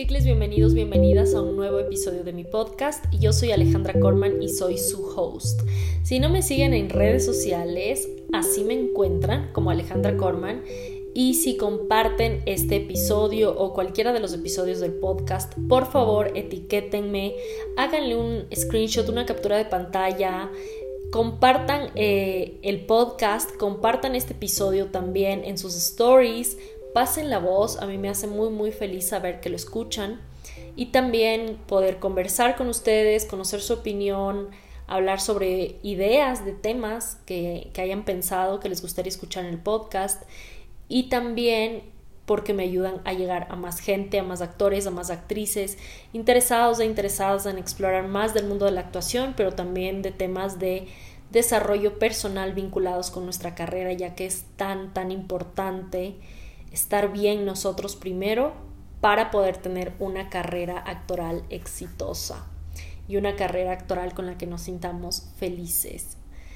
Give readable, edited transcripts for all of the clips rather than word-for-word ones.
chicles, bienvenidos, bienvenidas a un nuevo episodio de mi podcast. Yo soy Alejandra Corman y soy su host. Si no me siguen en redes sociales, así me encuentran como Alejandra Corman. Y si comparten este episodio o cualquiera de los episodios del podcast, por favor etiquétenme, háganle un screenshot, una captura de pantalla, compartan el podcast, compartan este episodio también en sus stories, pasen la voz. A mí me hace muy feliz saber que lo escuchan y también poder conversar con ustedes, conocer su opinión, hablar sobre ideas de temas que hayan pensado que les gustaría escuchar en el podcast. Y también porque me ayudan a llegar a más gente, a más actores, a más actrices interesados e interesadas en explorar más del mundo de la actuación, pero también de temas de desarrollo personal vinculados con nuestra carrera, ya que es tan importante estar bien nosotros primero para poder tener una carrera actoral exitosa y una carrera actoral con la que nos sintamos felices.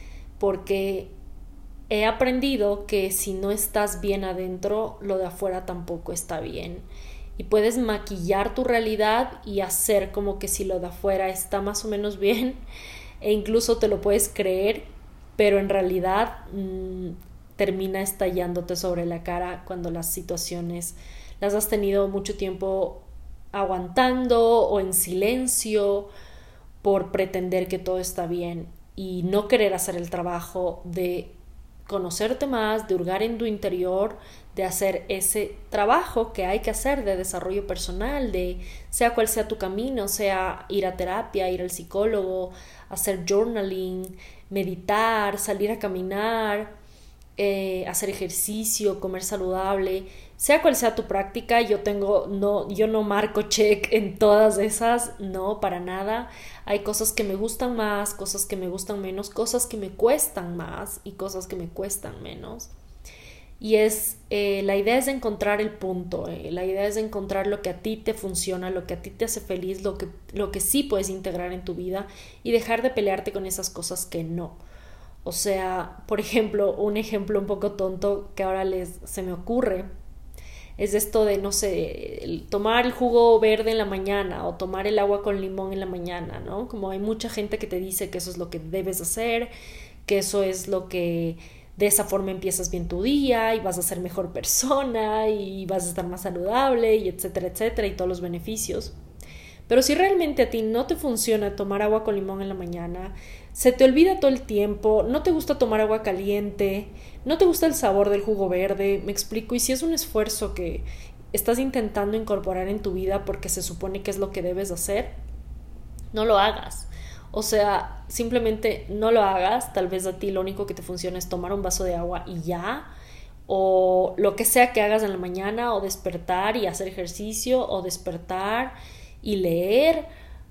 Porque he aprendido que si no estás bien adentro, lo de afuera tampoco está bien. Y puedes maquillar tu realidad y hacer como que si lo de afuera está más o menos bien, e incluso te lo puedes creer, pero en realidad termina estallándote sobre la cara cuando las situaciones las has tenido mucho tiempo aguantando o en silencio por pretender que todo está bien y no querer hacer el trabajo de conocerte más, de hurgar en tu interior, de hacer ese trabajo que hay que hacer de desarrollo personal, de sea cual sea tu camino, sea ir a terapia, ir al psicólogo, hacer journaling, meditar, salir a caminar, hacer ejercicio, comer saludable, sea cual sea tu práctica. Yo no marco check en todas esas, no, para nada. Hay cosas que me gustan más, cosas que me gustan menos, cosas que me cuestan más y cosas que me cuestan menos. Y la idea es encontrar el punto, la idea es encontrar lo que a ti te funciona, lo que a ti te hace feliz, lo que sí puedes integrar en tu vida y dejar de pelearte con esas cosas que no. O sea, por ejemplo, un ejemplo un poco tonto que ahora se me ocurre es esto de, no sé, tomar el jugo verde en la mañana o tomar el agua con limón en la mañana, ¿no? Como hay mucha gente que te dice que eso es lo que debes hacer, que eso es lo que de esa forma empiezas bien tu día y vas a ser mejor persona y vas a estar más saludable y etcétera, y todos los beneficios. Pero si realmente a ti no te funciona tomar agua con limón en la mañana, se te olvida todo el tiempo, no te gusta tomar agua caliente, no te gusta el sabor del jugo verde, me explico, y si es un esfuerzo que estás intentando incorporar en tu vida porque se supone que es lo que debes hacer, no lo hagas. O sea, simplemente no lo hagas. Tal vez a ti lo único que te funciona es tomar un vaso de agua y ya, o lo que sea que hagas en la mañana, o despertar y hacer ejercicio, o despertar y leer,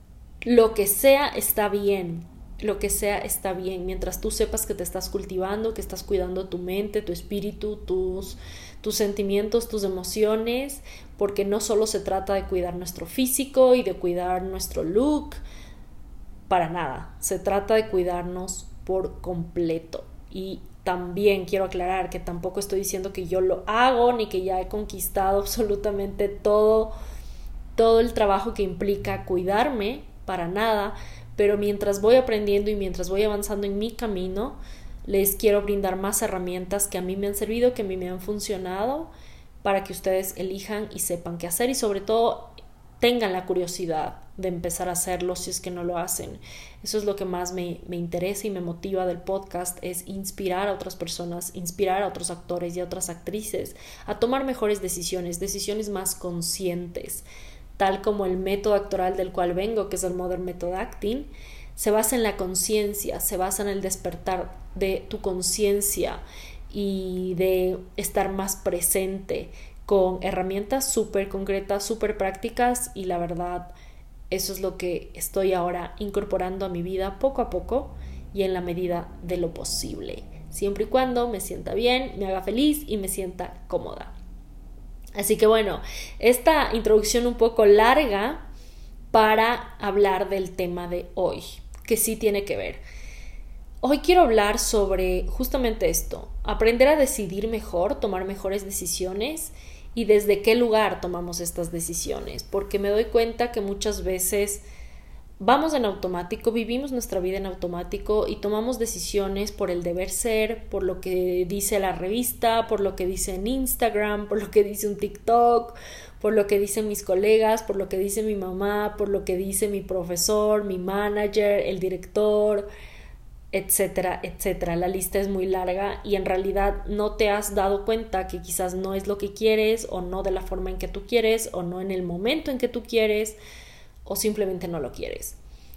lo que sea está bien. Lo que sea está bien, mientras tú sepas que te estás cultivando, que estás cuidando tu mente, tu espíritu, tus sentimientos, tus emociones, porque no solo se trata de cuidar nuestro físico y de cuidar nuestro look, para nada, se trata de cuidarnos por completo. Y también quiero aclarar que tampoco estoy diciendo que yo lo hago, ni que ya he conquistado absolutamente todo el trabajo que implica cuidarme, para nada. Pero mientras voy aprendiendo y mientras voy avanzando en mi camino, les quiero brindar más herramientas que a mí me han servido, que a mí me han funcionado, para que ustedes elijan y sepan qué hacer y sobre todo tengan la curiosidad de empezar a hacerlo si es que no lo hacen. Eso es lo que más me interesa y me motiva del podcast, es inspirar a otras personas, inspirar a otros actores y a otras actrices a tomar mejores decisiones más conscientes. Tal como el método actoral del cual vengo, que es el Modern Method Acting, se basa en la conciencia, se basa en el despertar de tu conciencia y de estar más presente con herramientas súper concretas, súper prácticas, y la verdad, eso es lo que estoy ahora incorporando a mi vida poco a poco y en la medida de lo posible, siempre y cuando me sienta bien, me haga feliz y me sienta cómoda. Así que bueno, esta introducción un poco larga para hablar del tema de hoy, que sí tiene que ver. Hoy quiero hablar sobre justamente esto, aprender a decidir mejor, tomar mejores decisiones y desde qué lugar tomamos estas decisiones, porque me doy cuenta que muchas veces vamos en automático, vivimos nuestra vida en automático y tomamos decisiones por el deber ser, por lo que dice la revista, por lo que dice en Instagram, por lo que dice un TikTok, por lo que dicen mis colegas, por lo que dice mi mamá, por lo que dice mi profesor, mi manager, el director, etcétera, etcétera. La lista es muy larga y en realidad no te has dado cuenta que quizás no es lo que quieres o no de la forma en que tú quieres o no en el momento en que tú quieres o simplemente no lo quieres.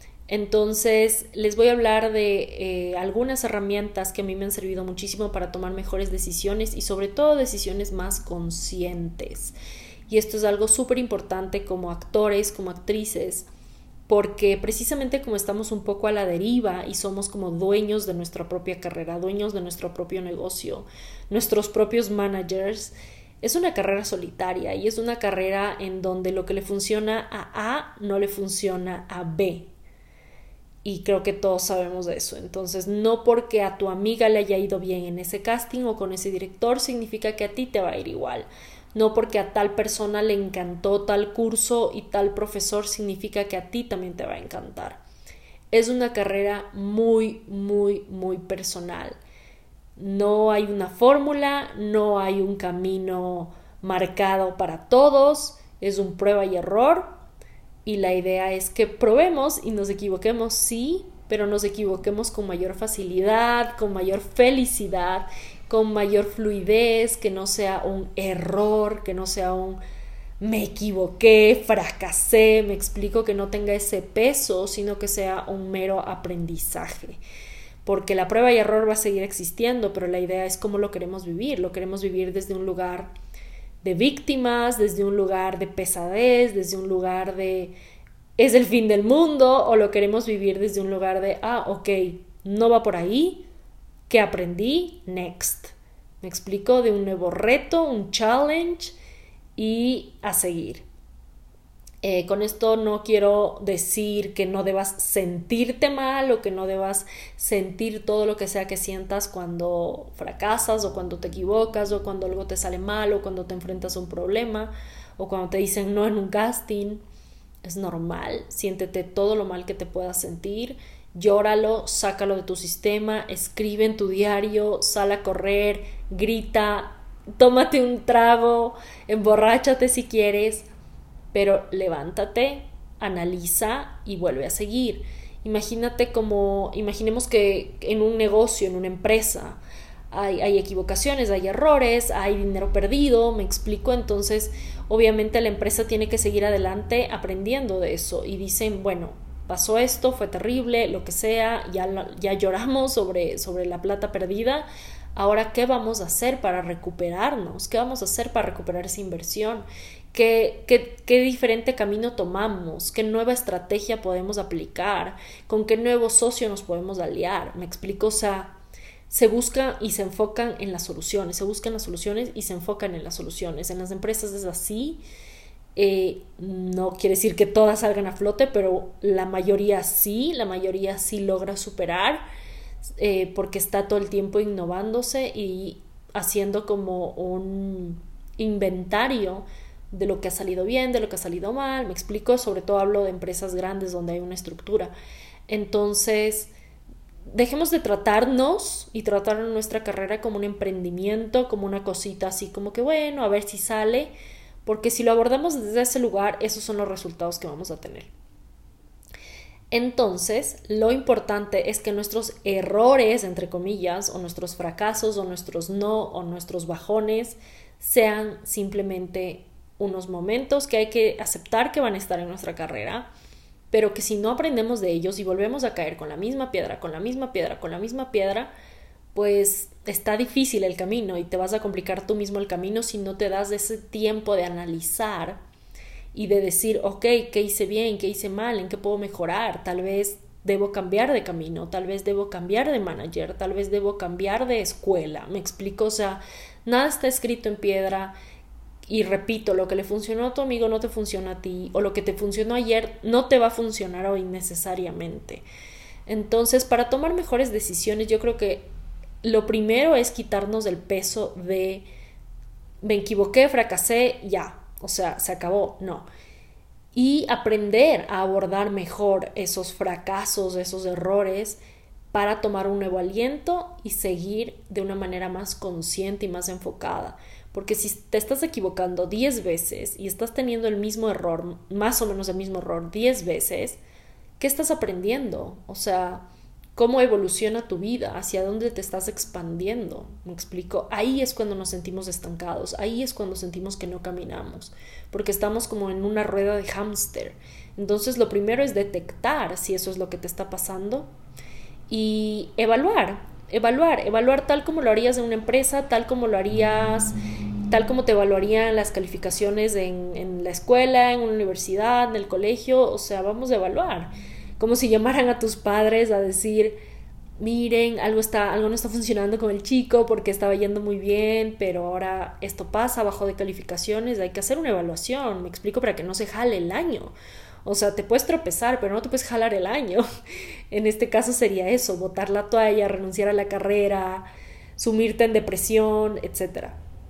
Entonces les voy a hablar de algunas herramientas que a mí me han servido muchísimo para tomar mejores decisiones y sobre todo decisiones más conscientes. Y esto es algo súper importante como actores, como actrices, porque precisamente como estamos un poco a la deriva y somos como dueños de nuestra propia carrera, dueños de nuestro propio negocio, nuestros propios managers, es una carrera solitaria y es una carrera en donde lo que le funciona a A no le funciona a B. Y creo que todos sabemos de eso. Entonces, no porque a tu amiga le haya ido bien en ese casting o con ese director, significa que a ti te va a ir igual. No porque a tal persona le encantó tal curso y tal profesor, significa que a ti también te va a encantar. Es una carrera muy, muy, muy personal. No hay una fórmula, no hay un camino marcado para todos, es un prueba y error y la idea es que probemos y nos equivoquemos, sí, pero nos equivoquemos con mayor facilidad, con mayor felicidad, con mayor fluidez, que no sea un error, que no sea un me equivoqué, fracasé, me explico, que no tenga ese peso, sino que sea un mero aprendizaje. Porque la prueba y error va a seguir existiendo, pero la idea es cómo lo queremos vivir desde un lugar de víctimas, desde un lugar de pesadez, desde un lugar de es el fin del mundo, o lo queremos vivir desde un lugar de ok, no va por ahí, ¿qué aprendí? Next. Me explico, de un nuevo reto, un challenge y a seguir. Con esto no quiero decir que no debas sentirte mal o que no debas sentir todo lo que sea que sientas cuando fracasas o cuando te equivocas o cuando algo te sale mal o cuando te enfrentas a un problema o cuando te dicen no en un casting. Es normal, siéntete todo lo mal que te puedas sentir, llóralo, sácalo de tu sistema, escribe en tu diario, sal a correr, grita, tómate un trago, emborráchate si quieres, pero levántate, analiza y vuelve a seguir. Imaginemos que en un negocio, en una empresa, hay equivocaciones, hay errores, hay dinero perdido, me explico. Entonces obviamente la empresa tiene que seguir adelante aprendiendo de eso y dicen, bueno, pasó esto, fue terrible, lo que sea, ya lloramos sobre la plata perdida. Ahora, ¿qué vamos a hacer para recuperarnos? ¿Qué vamos a hacer para recuperar esa inversión? ¿Qué diferente camino tomamos? ¿Qué nueva estrategia podemos aplicar? ¿Con qué nuevo socio nos podemos aliar? ¿Me explico? O sea, se buscan y se enfocan en las soluciones, se buscan las soluciones y se enfocan en las soluciones. En las empresas es así. No quiere decir que todas salgan a flote, pero la mayoría sí logra superar. Porque está todo el tiempo innovándose y haciendo como un inventario de lo que ha salido bien, de lo que ha salido mal, me explico, sobre todo hablo de empresas grandes donde hay una estructura. Entonces, dejemos de tratarnos y tratar nuestra carrera como un emprendimiento, como una cosita así como que bueno, a ver si sale, porque si lo abordamos desde ese lugar, esos son los resultados que vamos a tener. Entonces, lo importante es que nuestros errores, entre comillas, o nuestros fracasos, o nuestros no, o nuestros bajones, sean simplemente unos momentos que hay que aceptar que van a estar en nuestra carrera, pero que si no aprendemos de ellos y volvemos a caer con la misma piedra, pues está difícil el camino y te vas a complicar tú mismo el camino si no te das ese tiempo de analizar y de decir, ok, ¿qué hice bien? ¿Qué hice mal? ¿En qué puedo mejorar? Tal vez debo cambiar de camino, tal vez debo cambiar de manager, tal vez debo cambiar de escuela. ¿Me explico? O sea, nada está escrito en piedra y repito, lo que le funcionó a tu amigo no te funciona a ti o lo que te funcionó ayer no te va a funcionar hoy necesariamente. Entonces, para tomar mejores decisiones, yo creo que lo primero es quitarnos el peso de me equivoqué, fracasé, ya, o sea, se acabó, no. Y aprender a abordar mejor esos fracasos, esos errores, para tomar un nuevo aliento y seguir de una manera más consciente y más enfocada. Porque si te estás equivocando 10 veces y estás teniendo el mismo error, más o menos el mismo error 10 veces, ¿qué estás aprendiendo? O sea, ¿cómo evoluciona tu vida? ¿Hacia dónde te estás expandiendo? ¿Me explico? Ahí es cuando nos sentimos estancados, ahí es cuando sentimos que no caminamos, porque estamos como en una rueda de hámster. Entonces lo primero es detectar si eso es lo que te está pasando y evaluar tal como lo harías en una empresa, tal como lo harías, tal como te evaluarían las calificaciones en la escuela, en una universidad, en el colegio. O sea, vamos a evaluar, como si llamaran a tus padres a decir, miren, algo no está funcionando con el chico porque estaba yendo muy bien, pero ahora esto pasa, bajó de calificaciones, hay que hacer una evaluación, me explico, para que no se jale el año. O sea, te puedes tropezar, pero no te puedes jalar el año. En este caso sería eso, botar la toalla, renunciar a la carrera, sumirte en depresión, etc.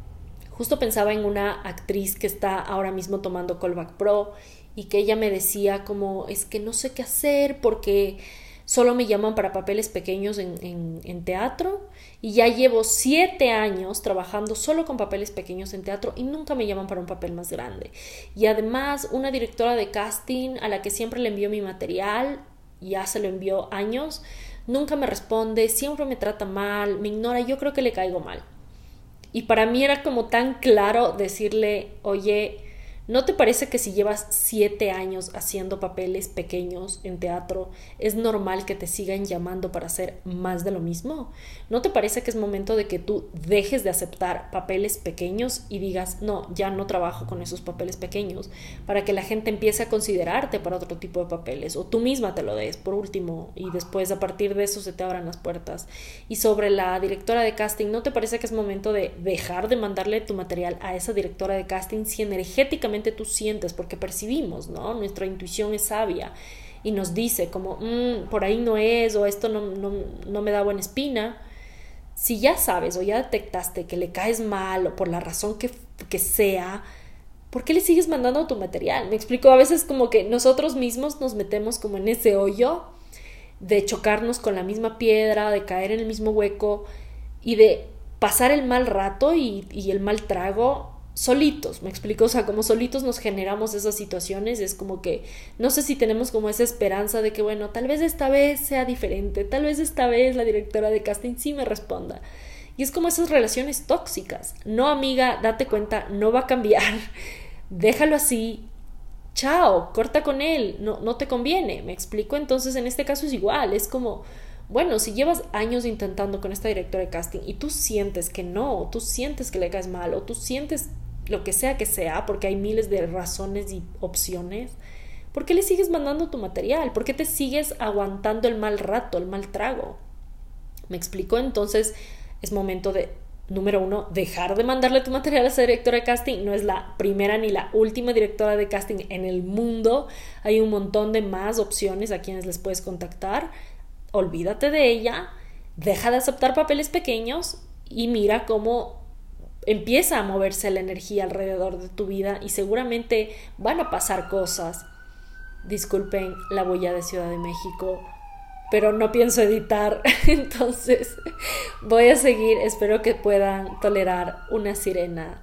Justo pensaba en una actriz que está ahora mismo tomando Callback Pro y que ella me decía como, es que no sé qué hacer porque solo me llaman para papeles pequeños en teatro y ya llevo 7 años trabajando solo con papeles pequeños en teatro y nunca me llaman para un papel más grande. Y además una directora de casting a la que siempre le envío mi material, ya se lo envió años, nunca me responde, siempre me trata mal, me ignora, yo creo que le caigo mal. Y para mí era como tan claro decirle, oye, ¿no te parece que si llevas 7 años haciendo papeles pequeños en teatro, es normal que te sigan llamando para hacer más de lo mismo? ¿No te parece que es momento de que tú dejes de aceptar papeles pequeños y digas, no, ya no trabajo con esos papeles pequeños, para que la gente empiece a considerarte para otro tipo de papeles? O tú misma te lo des, por último, y después a partir de eso se te abran las puertas. Y sobre la directora de casting, ¿no te parece que es momento de dejar de mandarle tu material a esa directora de casting si energéticamente tú sientes, porque percibimos, ¿no? Nuestra intuición es sabia y nos dice como, por ahí no es, o esto no me da buena espina? Si ya sabes o ya detectaste que le caes mal o por la razón que sea, ¿por qué le sigues mandando tu material? Me explico, a veces como que nosotros mismos nos metemos como en ese hoyo de chocarnos con la misma piedra, de caer en el mismo hueco y de pasar el mal rato y el mal trago solitos, me explico, o sea, como solitos nos generamos esas situaciones. Es como que no sé si tenemos como esa esperanza de que bueno, tal vez esta vez sea diferente, tal vez esta vez la directora de casting sí me responda. Y es como esas relaciones tóxicas. No, amiga, date cuenta, no va a cambiar, déjalo así, chao, corta con él, no te conviene, me explico. Entonces en este caso es igual, es como, bueno, si llevas años intentando con esta directora de casting y tú sientes que no, tú sientes que le caes mal, o tú sientes lo que sea, porque hay miles de razones y opciones, ¿por qué le sigues mandando tu material? ¿Por qué te sigues aguantando el mal rato, el mal trago? ¿Me explico? Entonces es momento de, número 1, dejar de mandarle tu material a esa directora de casting. No es la primera ni la última directora de casting en el mundo, hay un montón de más opciones a quienes les puedes contactar. Olvídate de ella, deja de aceptar papeles pequeños y mira cómo empieza a moverse la energía alrededor de tu vida y seguramente van a pasar cosas. Disculpen la bulla de Ciudad de México, pero no pienso editar, entonces voy a seguir. Espero que puedan tolerar una sirena.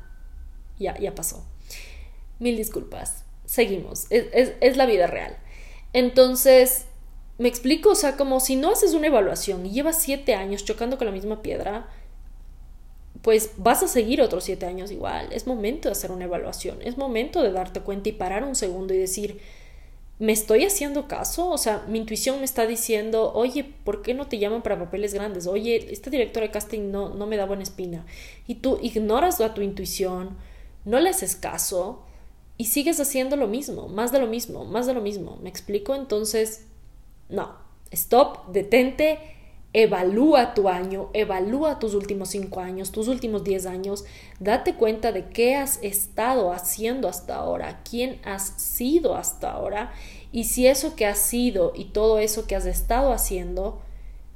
Ya pasó. Mil disculpas. Seguimos. Es la vida real. Entonces, me explico, o sea, como si no haces una evaluación y llevas 7 años chocando con la misma piedra, pues vas a seguir otros 7 años igual. Es momento de hacer una evaluación, es momento de darte cuenta y parar un segundo y decir, ¿me estoy haciendo caso? O sea, mi intuición me está diciendo, oye, ¿por qué no te llaman para papeles grandes? Oye, esta directora de casting no me da buena espina. Y tú ignoras a tu intuición, no le haces caso y sigues haciendo lo mismo, más de lo mismo, más de lo mismo. ¿Me explico? Entonces, no, stop, detente. Evalúa tu año, evalúa tus últimos 5 años, tus últimos 10 años, date cuenta de qué has estado haciendo hasta ahora, quién has sido hasta ahora, y si eso que has sido y todo eso que has estado haciendo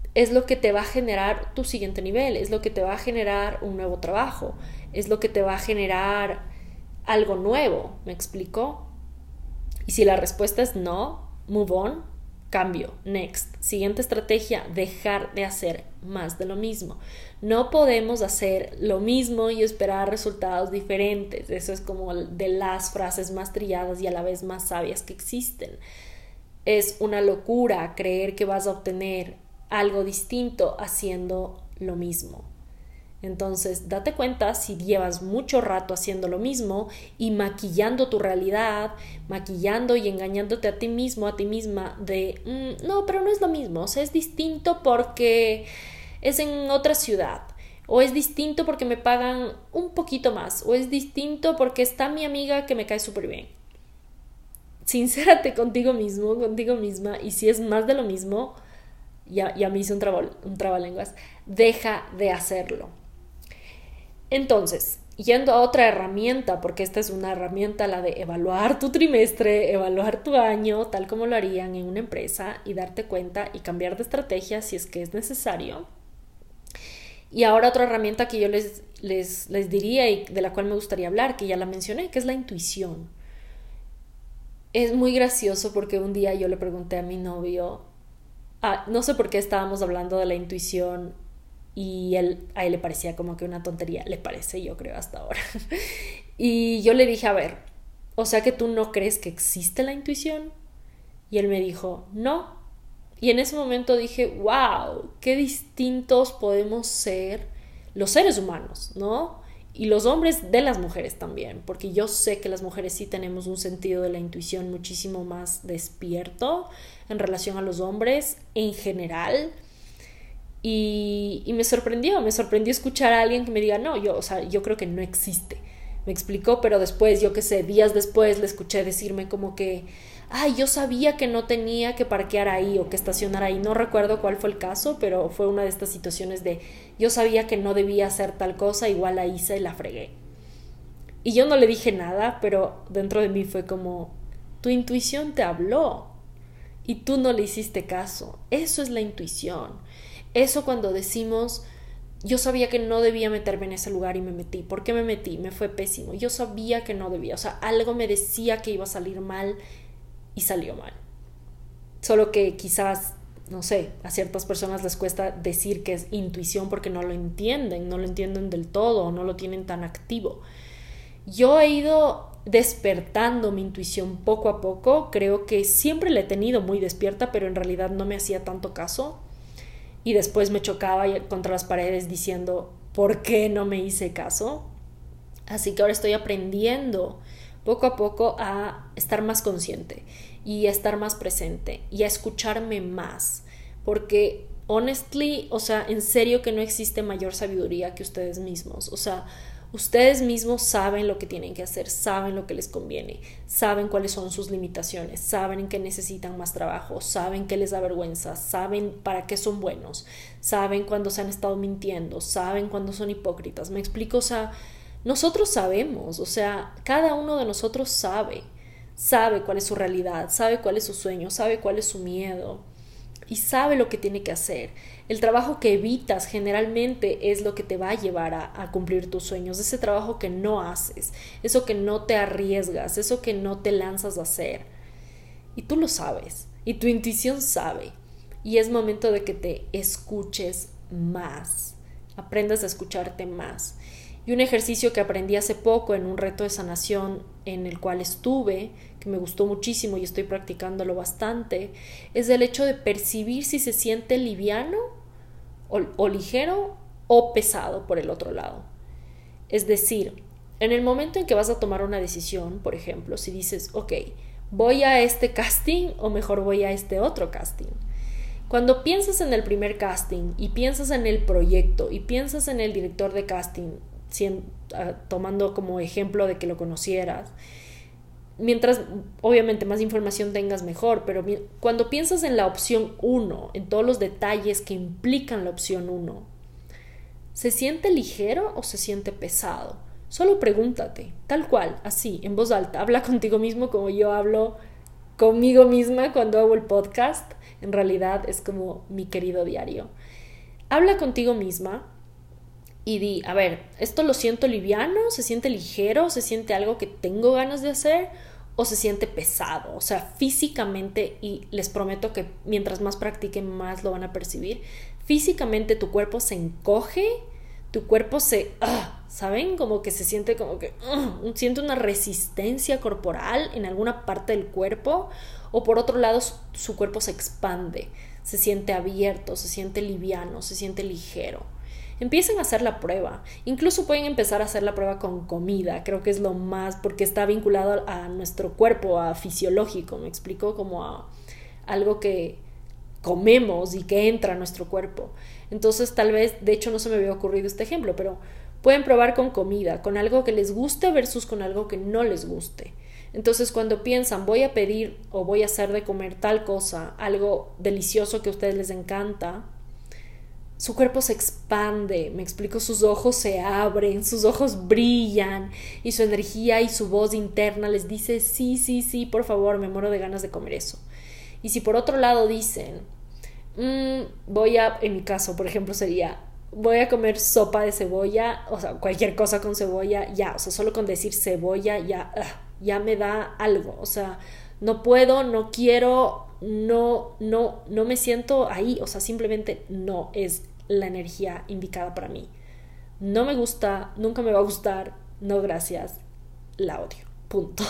es lo que te va a generar tu siguiente nivel, es lo que te va a generar un nuevo trabajo, es lo que te va a generar algo nuevo, ¿me explico? Y si la respuesta es no, move on, cambio, next. Siguiente estrategia, dejar de hacer más de lo mismo. No podemos hacer lo mismo y esperar resultados diferentes. Eso es como de las frases más trilladas y a la vez más sabias que existen. Es una locura creer que vas a obtener algo distinto haciendo lo mismo. Entonces, date cuenta si llevas mucho rato haciendo lo mismo y maquillando tu realidad, maquillando y engañándote a ti mismo, a ti misma de, no, pero no es lo mismo, o sea, es distinto porque es en otra ciudad, o es distinto porque me pagan un poquito más, o es distinto porque está mi amiga que me cae súper bien. Sincérate contigo mismo, contigo misma, y si es más de lo mismo, ya me hice un trabalenguas, deja de hacerlo. Entonces, yendo a otra herramienta, porque esta es una herramienta, la de evaluar tu trimestre, evaluar tu año, tal como lo harían en una empresa, y darte cuenta y cambiar de estrategia si es que es necesario. Y ahora otra herramienta que yo les diría y de la cual me gustaría hablar, que ya la mencioné, que es la intuición. Es muy gracioso porque un día yo le pregunté a mi novio, no sé por qué estábamos hablando de la intuición, y a él le parecía como que una tontería, le parece, yo creo, hasta ahora. Y yo le dije, a ver, o sea que tú no crees que existe la intuición. Y él me dijo, no. Y en ese momento dije, wow, qué distintos podemos ser los seres humanos, ¿no? Y los hombres de las mujeres también, porque yo sé que las mujeres sí tenemos un sentido de la intuición muchísimo más despierto en relación a los hombres en general. Y me sorprendió escuchar a alguien que me diga, no, yo creo que no existe. Me explicó, pero después, yo qué sé, días después le escuché decirme como que, yo sabía que no tenía que parquear ahí o que estacionar ahí. No recuerdo cuál fue el caso, pero fue una de estas situaciones de, yo sabía que no debía hacer tal cosa, igual la hice y la fregué. Y yo no le dije nada, pero dentro de mí fue como, tu intuición te habló y tú no le hiciste caso. Eso es la intuición. Eso cuando decimos, yo sabía que no debía meterme en ese lugar y me metí. ¿Por qué me metí? Me fue pésimo. Yo sabía que no debía. O sea, algo me decía que iba a salir mal y salió mal. Solo que quizás, no sé, a ciertas personas les cuesta decir que es intuición porque no lo entienden del todo o no lo tienen tan activo. Yo he ido despertando mi intuición poco a poco. Creo que siempre la he tenido muy despierta, pero en realidad no me hacía tanto caso. Y después me chocaba contra las paredes diciendo, ¿por qué no me hice caso? Así que ahora estoy aprendiendo poco a poco a estar más consciente y a estar más presente y a escucharme más. Porque, honestly, o sea, en serio que no existe mayor sabiduría que ustedes mismos. O sea, ustedes mismos saben lo que tienen que hacer, saben lo que les conviene, saben cuáles son sus limitaciones, saben en qué necesitan más trabajo, saben qué les da vergüenza, saben para qué son buenos, saben cuándo se han estado mintiendo, saben cuándo son hipócritas. ¿Me explico? O sea, nosotros sabemos, o sea, cada uno de nosotros sabe cuál es su realidad, sabe cuál es su sueño, sabe cuál es su miedo y sabe lo que tiene que hacer. El trabajo que evitas generalmente es lo que te va a llevar a cumplir tus sueños, ese trabajo que no haces, eso que no te arriesgas, eso que no te lanzas a hacer. Y tú lo sabes, y tu intuición sabe. Y es momento de que te escuches más, aprendas a escucharte más. Y un ejercicio que aprendí hace poco en un reto de sanación en el cual estuve, que me gustó muchísimo y estoy practicándolo bastante, es el hecho de percibir si se siente liviano o ligero o pesado por el otro lado. Es decir, en el momento en que vas a tomar una decisión, por ejemplo, si dices, ok, ¿voy a este casting o mejor voy a este otro casting? Cuando piensas en el primer casting y piensas en el proyecto y piensas en el director de casting, tomando como ejemplo de que lo conocieras, mientras obviamente más información tengas mejor, pero cuando piensas en la opción 1, en todos los detalles que implican la opción 1, ¿se siente ligero o se siente pesado? Solo pregúntate, tal cual, así, en voz alta, habla contigo mismo como yo hablo conmigo misma cuando hago el podcast. En realidad es como mi querido diario. Habla contigo misma y di, a ver, ¿esto lo siento liviano? ¿Se siente ligero? ¿Se siente algo que tengo ganas de hacer? ¿O se siente pesado? O sea, físicamente, y les prometo que mientras más practiquen, más lo van a percibir. Físicamente tu cuerpo se encoge, tu cuerpo se... ¿saben? Como que se siente como que... siente una resistencia corporal en alguna parte del cuerpo. O por otro lado, su cuerpo se expande, se siente abierto, se siente liviano, se siente ligero. Empiecen a hacer la prueba. Incluso pueden empezar a hacer la prueba con comida. Creo que es lo más, porque está vinculado a nuestro cuerpo, a fisiológico, me explico, como a algo que comemos y que entra a nuestro cuerpo. Entonces tal vez, de hecho no se me había ocurrido este ejemplo, pero pueden probar con comida, con algo que les guste versus con algo que no les guste. Entonces cuando piensan voy a pedir o voy a hacer de comer tal cosa, algo delicioso que a ustedes les encanta, su cuerpo se expande, me explico, sus ojos se abren, sus ojos brillan y su energía y su voz interna les dice sí, sí, sí, por favor, me muero de ganas de comer eso. Y si por otro lado dicen en mi caso, por ejemplo, sería voy a comer sopa de cebolla, o sea, cualquier cosa con cebolla, ya, o sea, solo con decir cebolla ya me da algo, o sea, no puedo, no quiero, no me siento ahí, o sea, simplemente no es la energía indicada para mí. No me gusta, nunca me va a gustar, no gracias, la odio, punto.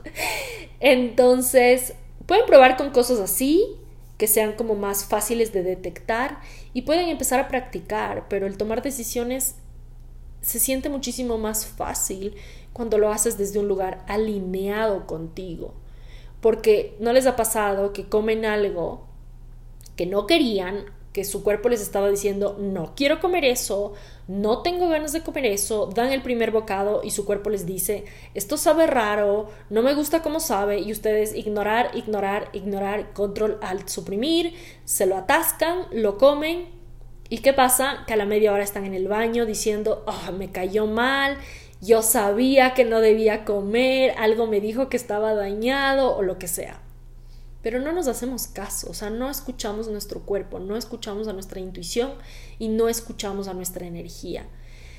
Entonces, pueden probar con cosas así, que sean como más fáciles de detectar y pueden empezar a practicar, pero el tomar decisiones se siente muchísimo más fácil cuando lo haces desde un lugar alineado contigo. Porque no les ha pasado que comen algo que no querían, que su cuerpo les estaba diciendo no quiero comer eso, no tengo ganas de comer eso, dan el primer bocado y su cuerpo les dice esto sabe raro, no me gusta cómo sabe, y ustedes ignorar, control alt suprimir, se lo atascan, lo comen y ¿qué pasa? Que a la media hora están en el baño diciendo me cayó mal, yo sabía que no debía comer, algo me dijo que estaba dañado o lo que sea. Pero no nos hacemos caso, o sea, no escuchamos nuestro cuerpo, no escuchamos a nuestra intuición y no escuchamos a nuestra energía.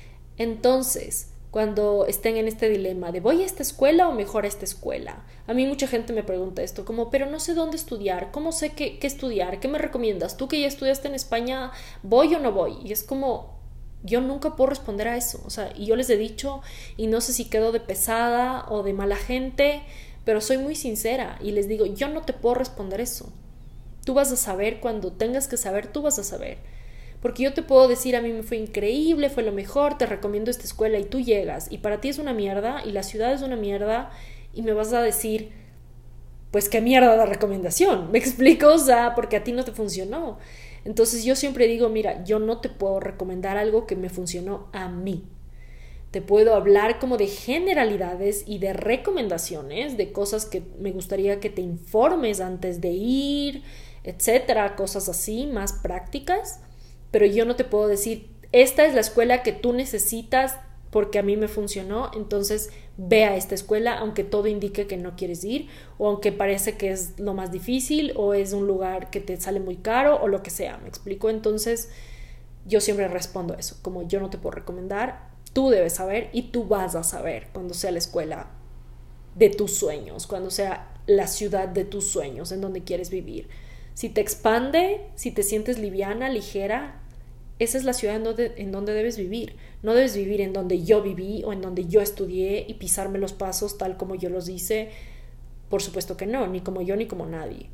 Entonces, cuando estén en este dilema de ¿voy a esta escuela o mejor a esta escuela? A mí mucha gente me pregunta esto, como, pero no sé dónde estudiar, ¿cómo sé qué estudiar? ¿Qué me recomiendas? Tú que ya estudiaste en España, ¿voy o no voy? Y es como, yo nunca puedo responder a eso, o sea, y yo les he dicho, y no sé si quedo de pesada o de mala gente, pero soy muy sincera y les digo, yo no te puedo responder eso. Tú vas a saber cuando tengas que saber, tú vas a saber. Porque yo te puedo decir, a mí me fue increíble, fue lo mejor, te recomiendo esta escuela y tú llegas y para ti es una mierda y la ciudad es una mierda y me vas a decir, pues qué mierda de recomendación, ¿me explico? O sea, porque a ti no te funcionó. Entonces yo siempre digo, mira, yo no te puedo recomendar algo que me funcionó a mí. Te puedo hablar como de generalidades y de recomendaciones, de cosas que me gustaría que te informes antes de ir, etcétera, cosas así, más prácticas, pero yo no te puedo decir, esta es la escuela que tú necesitas porque a mí me funcionó, entonces ve a esta escuela aunque todo indique que no quieres ir o aunque parece que es lo más difícil o es un lugar que te sale muy caro o lo que sea, ¿me explico? Entonces yo siempre respondo eso, como yo no te puedo recomendar, tú debes saber y tú vas a saber cuando sea la escuela de tus sueños, cuando sea la ciudad de tus sueños, en donde quieres vivir. Si te expande, si te sientes liviana, ligera, esa es la ciudad en donde debes vivir. No debes vivir en donde yo viví o en donde yo estudié y pisarme los pasos tal como yo los hice. Por supuesto que no, ni como yo ni como nadie.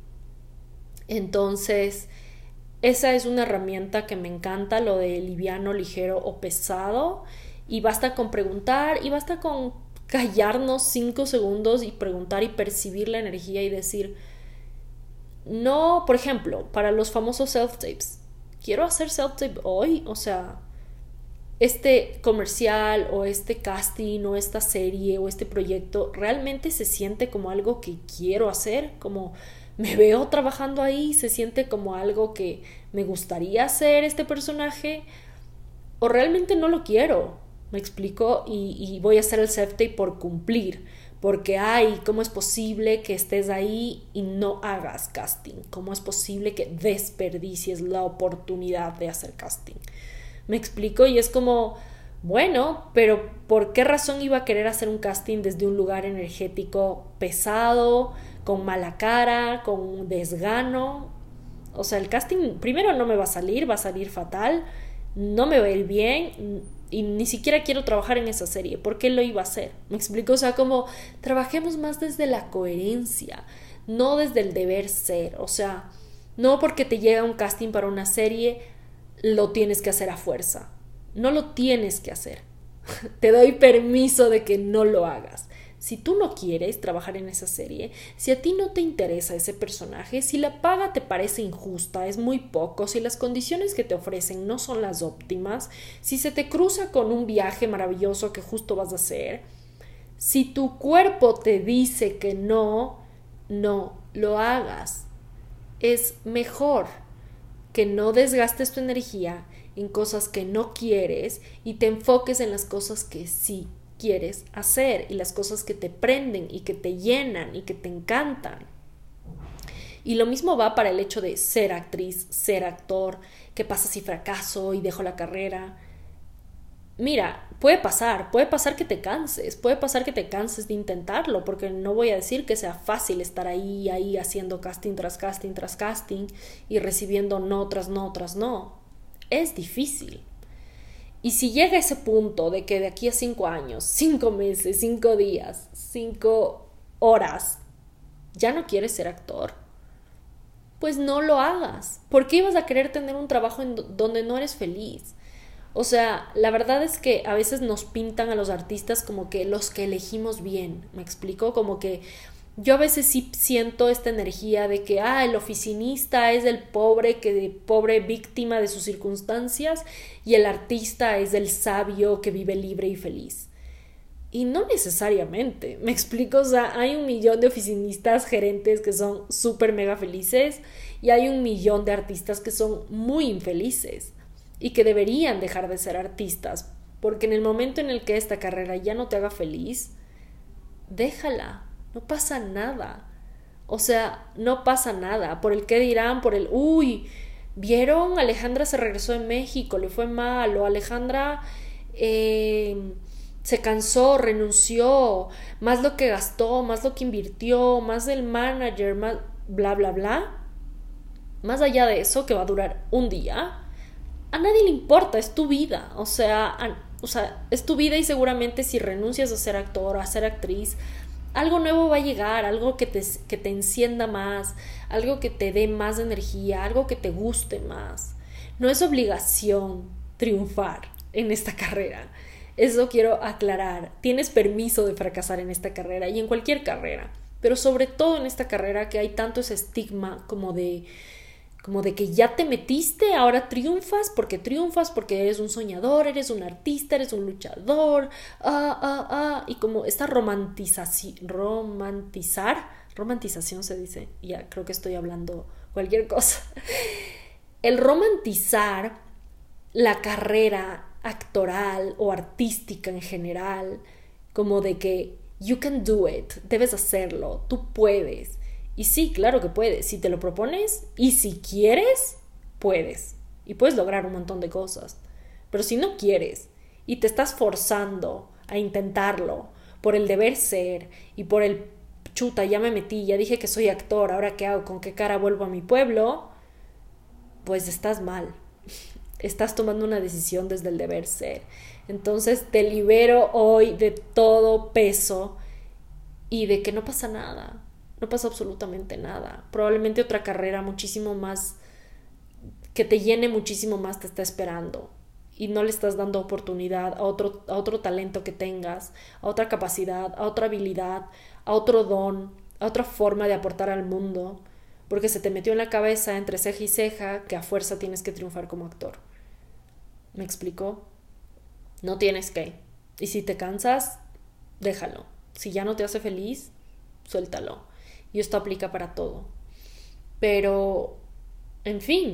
Entonces, esa es una herramienta que me encanta, lo de liviano, ligero o pesado. Y basta con preguntar y basta con callarnos 5 segundos y preguntar y percibir la energía y decir, no, por ejemplo, para los famosos self-tapes, ¿quiero hacer self-tape hoy? O sea, este comercial o este casting o esta serie o este proyecto realmente se siente como algo que quiero hacer, como me veo trabajando ahí, se siente como algo que me gustaría hacer este personaje o realmente no lo quiero. Me explico y voy a hacer el self-tape por cumplir, Porque, ay, ¿cómo es posible que estés ahí y no hagas casting? ¿Cómo es posible que desperdicies la oportunidad de hacer casting? ¿Me explico? Y es como, bueno, pero ¿por qué razón iba a querer hacer un casting desde un lugar energético pesado, con mala cara, con desgano? O sea, el casting primero no me va a salir fatal, no me va a ir bien y ni siquiera quiero trabajar en esa serie. ¿Por qué lo iba a hacer? ¿Me explico? O sea, como trabajemos más desde la coherencia, no desde el deber ser. O sea, no porque te llega un casting para una serie lo tienes que hacer a fuerza. No lo tienes que hacer. Te doy permiso de que no lo hagas. Si tú no quieres trabajar en esa serie, si a ti no te interesa ese personaje, si la paga te parece injusta, es muy poco, si las condiciones que te ofrecen no son las óptimas, si se te cruza con un viaje maravilloso que justo vas a hacer, si tu cuerpo te dice que no, no lo hagas. Es mejor que no desgastes tu energía en cosas que no quieres y te enfoques en las cosas que sí quieres hacer y las cosas que te prenden y que te llenan y que te encantan. Y lo mismo va para el hecho de ser actriz, ser actor. ¿Qué pasa si fracaso y dejo la carrera? Mira, puede pasar que te canses, puede pasar que te canses de intentarlo, porque no voy a decir que sea fácil estar ahí haciendo casting tras casting tras casting y recibiendo no tras no tras no. Es difícil. Y si llega ese punto de que de aquí a 5 años, 5 meses, 5 días, 5 horas, ya no quieres ser actor, pues no lo hagas. ¿Por qué ibas a querer tener un trabajo donde no eres feliz? O sea, la verdad es que a veces nos pintan a los artistas como que los que elegimos bien, ¿me explico? Como que yo a veces sí siento esta energía de que el oficinista es el pobre víctima de sus circunstancias y el artista es el sabio que vive libre y feliz. Y no necesariamente, ¿me explico? O sea, hay 1,000,000 de oficinistas, gerentes que son súper mega felices y hay 1,000,000 de artistas que son muy infelices y que deberían dejar de ser artistas, porque en el momento en el que esta carrera ya no te haga feliz, déjala. No pasa nada. O sea, no pasa nada. Por el qué dirán, por el ¿vieron? Alejandra se regresó de México, le fue mal. O Alejandra se cansó, renunció. Más lo que gastó, más lo que invirtió, más el manager, más bla, bla, bla. Más allá de eso, que va a durar un día, a nadie le importa, es tu vida. O sea, es tu vida y seguramente si renuncias a ser actor o a ser actriz, algo nuevo va a llegar, algo que te encienda más, algo que te dé más energía, algo que te guste más. No es obligación triunfar en esta carrera. Eso quiero aclarar. Tienes permiso de fracasar en esta carrera y en cualquier carrera, pero sobre todo en esta carrera que hay tanto ese estigma como de que ya te metiste, ahora triunfas porque eres un soñador, eres un artista, eres un luchador, y como esta romantización se dice, ya creo que estoy hablando cualquier cosa. El romantizar la carrera actoral o artística en general, como de que you can do it, debes hacerlo, tú puedes. Y sí, claro que puedes, si te lo propones y si quieres, puedes. Y puedes lograr un montón de cosas. Pero si no quieres y te estás forzando a intentarlo por el deber ser y por el chuta, ya me metí, ya dije que soy actor, ahora qué hago, con qué cara vuelvo a mi pueblo, pues estás mal. Estás tomando una decisión desde el deber ser. Entonces te libero hoy de todo peso y de que no pasa nada. No pasa absolutamente nada. Probablemente otra carrera muchísimo más, que te llene muchísimo más, te está esperando. Y no le estás dando oportunidad a otro talento que tengas, a otra capacidad, a otra habilidad, a otro don, a otra forma de aportar al mundo. Porque se te metió en la cabeza entre ceja y ceja que a fuerza tienes que triunfar como actor. ¿Me explico? No tienes que. Y si te cansas, déjalo. Si ya no te hace feliz, suéltalo. Y esto aplica para todo. Pero, en fin,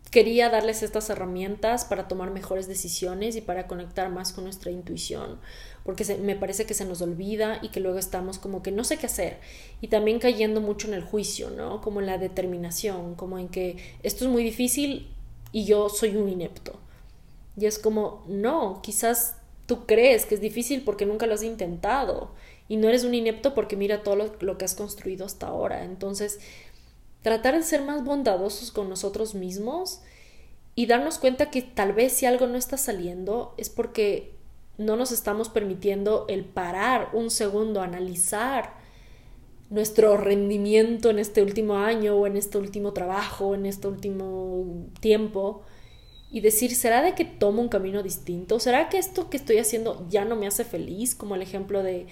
quería darles estas herramientas para tomar mejores decisiones y para conectar más con nuestra intuición, porque me parece que se nos olvida y que luego estamos como que no sé qué hacer, y también cayendo mucho en el juicio, ¿no? Como en la determinación, como en que esto es muy difícil y yo soy un inepto. Y es como, no, quizás tú crees que es difícil porque nunca lo has intentado, y no eres un inepto porque mira todo lo que has construido hasta ahora. Entonces, tratar de ser más bondadosos con nosotros mismos y darnos cuenta que tal vez si algo no está saliendo es porque no nos estamos permitiendo el parar un segundo, analizar nuestro rendimiento en este último año o en este último trabajo, en este último tiempo, y decir, ¿será de que tomo un camino distinto? ¿Será que esto que estoy haciendo ya no me hace feliz? Como el ejemplo de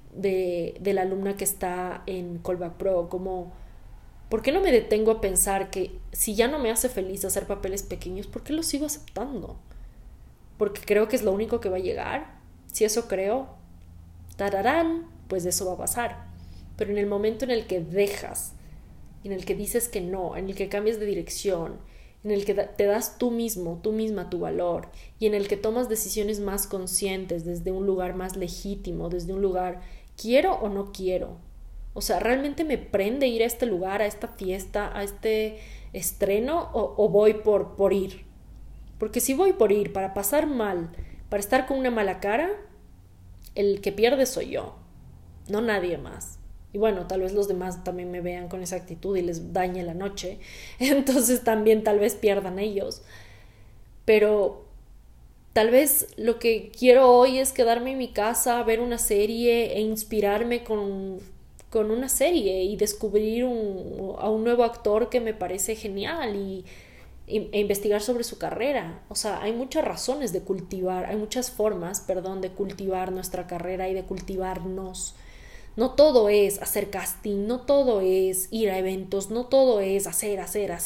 la alumna que está en Callback Pro, como ¿por qué no me detengo a pensar que si ya no me hace feliz hacer papeles pequeños, ¿por qué los sigo aceptando? Porque creo que es lo único que va a llegar. Si eso creo, tararán, pues eso va a pasar. Pero en el momento en el que dejas, en el que dices que no, en el que cambias de dirección, en el que te das tú mismo, tú misma tu valor, y en el que tomas decisiones más conscientes, desde un lugar más legítimo, desde un lugar ¿quiero o no quiero? O sea, ¿realmente me prende ir a este lugar, a esta fiesta, a este estreno, o voy por ir? Porque si voy por ir, para pasar mal, para estar con una mala cara, el que pierde soy yo, no nadie más. Y bueno, tal vez los demás también me vean con esa actitud y les dañe la noche, entonces también tal vez pierdan ellos. Pero tal vez lo que quiero hoy es quedarme en mi casa, ver una serie e inspirarme con una serie y descubrir a un nuevo actor que me parece genial e investigar sobre su carrera. O sea, hay muchas razones de cultivar, hay muchas formas, de cultivar nuestra carrera y de cultivarnos. No todo es hacer casting, no todo es ir a eventos, no todo es hacer.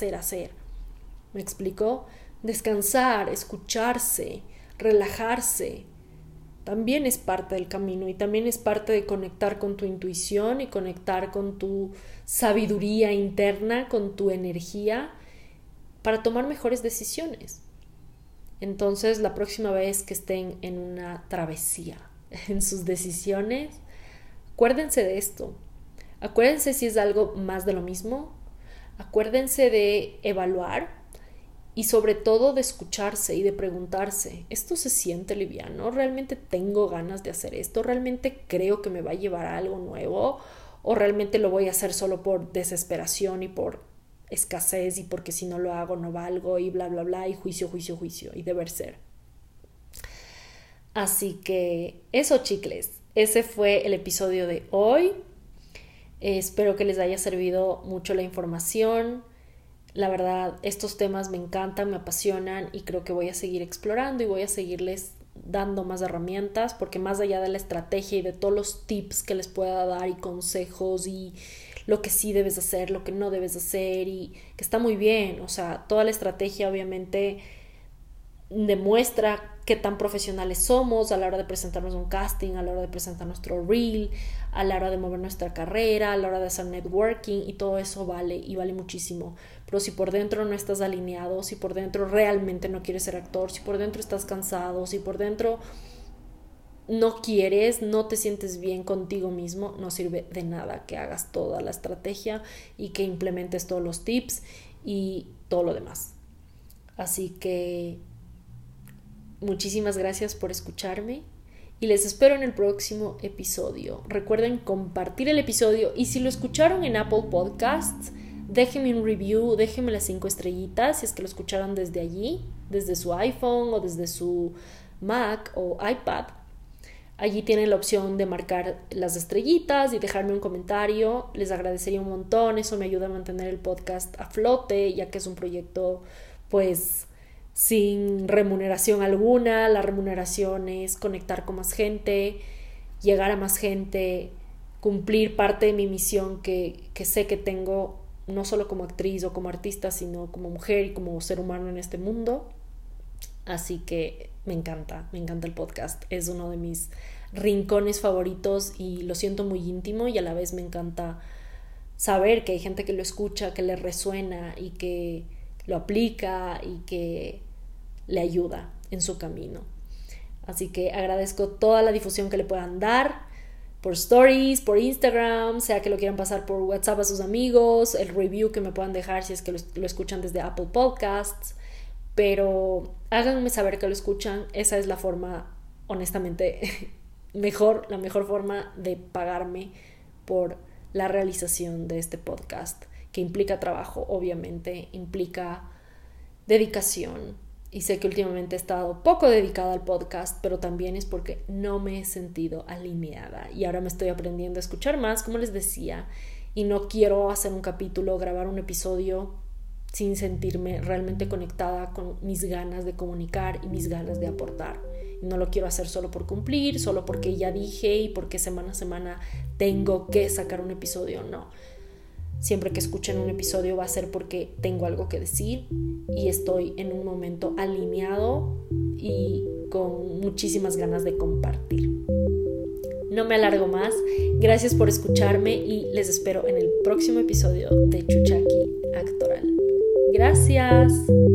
¿Me explico? Descansar, escucharse, relajarse, también es parte del camino y también es parte de conectar con tu intuición y conectar con tu sabiduría interna, con tu energía para tomar mejores decisiones. Entonces, la próxima vez que estén en una travesía en sus decisiones, acuérdense de esto. Acuérdense si es algo más de lo mismo. Acuérdense de evaluar y sobre todo de escucharse y de preguntarse, ¿esto se siente liviano? ¿Realmente tengo ganas de hacer esto? ¿Realmente creo que me va a llevar a algo nuevo? ¿O realmente lo voy a hacer solo por desesperación y por escasez y porque si no lo hago no valgo y bla bla bla y juicio y deber ser? Así que eso, chicles, ese fue el episodio de hoy. Espero que les haya servido mucho la información. La verdad, estos temas me encantan, me apasionan y creo que voy a seguir explorando y voy a seguirles dando más herramientas, porque más allá de la estrategia y de todos los tips que les pueda dar y consejos y lo que sí debes hacer, lo que no debes hacer, y que está muy bien, o sea, toda la estrategia obviamente demuestra qué tan profesionales somos a la hora de presentarnos un casting, a la hora de presentar nuestro reel, a la hora de mover nuestra carrera, a la hora de hacer networking, y todo eso vale y vale muchísimo. Pero si por dentro no estás alineado, si por dentro realmente no quieres ser actor, si por dentro estás cansado, si por dentro no quieres, no te sientes bien contigo mismo, no sirve de nada que hagas toda la estrategia y que implementes todos los tips y todo lo demás. Así que muchísimas gracias por escucharme y les espero en el próximo episodio. Recuerden compartir el episodio y si lo escucharon en Apple Podcasts, déjenme un review, déjenme las 5 estrellitas si es que lo escucharon desde allí, desde su iPhone o desde su Mac o iPad. Allí tienen la opción de marcar las estrellitas y dejarme un comentario. Les agradecería un montón, eso me ayuda a mantener el podcast a flote, ya que es un proyecto pues sin remuneración alguna. La remuneración es conectar con más gente, llegar a más gente, cumplir parte de mi misión que sé que tengo, no solo como actriz o como artista, sino como mujer y como ser humano en este mundo. Así que me encanta el podcast, es uno de mis rincones favoritos y lo siento muy íntimo, y a la vez me encanta saber que hay gente que lo escucha, que le resuena y que lo aplica y que le ayuda en su camino. Así que agradezco toda la difusión que le puedan dar por stories, por Instagram, sea que lo quieran pasar por WhatsApp a sus amigos, el review que me puedan dejar si es que lo escuchan desde Apple Podcasts, pero háganme saber que lo escuchan. Esa es la forma, honestamente, la mejor forma de pagarme por la realización de este podcast, que implica trabajo, obviamente, implica dedicación. Y sé que últimamente he estado poco dedicada al podcast, pero también es porque no me he sentido alineada. Y ahora me estoy aprendiendo a escuchar más, como les decía, y no quiero hacer un capítulo, grabar un episodio sin sentirme realmente conectada con mis ganas de comunicar y mis ganas de aportar. Y no lo quiero hacer solo por cumplir, solo porque ya dije y porque semana a semana tengo que sacar un episodio, no. Siempre que escuchen un episodio va a ser porque tengo algo que decir y estoy en un momento alineado y con muchísimas ganas de compartir. No me alargo más. Gracias por escucharme y les espero en el próximo episodio de Chuchaqui Actoral. Gracias.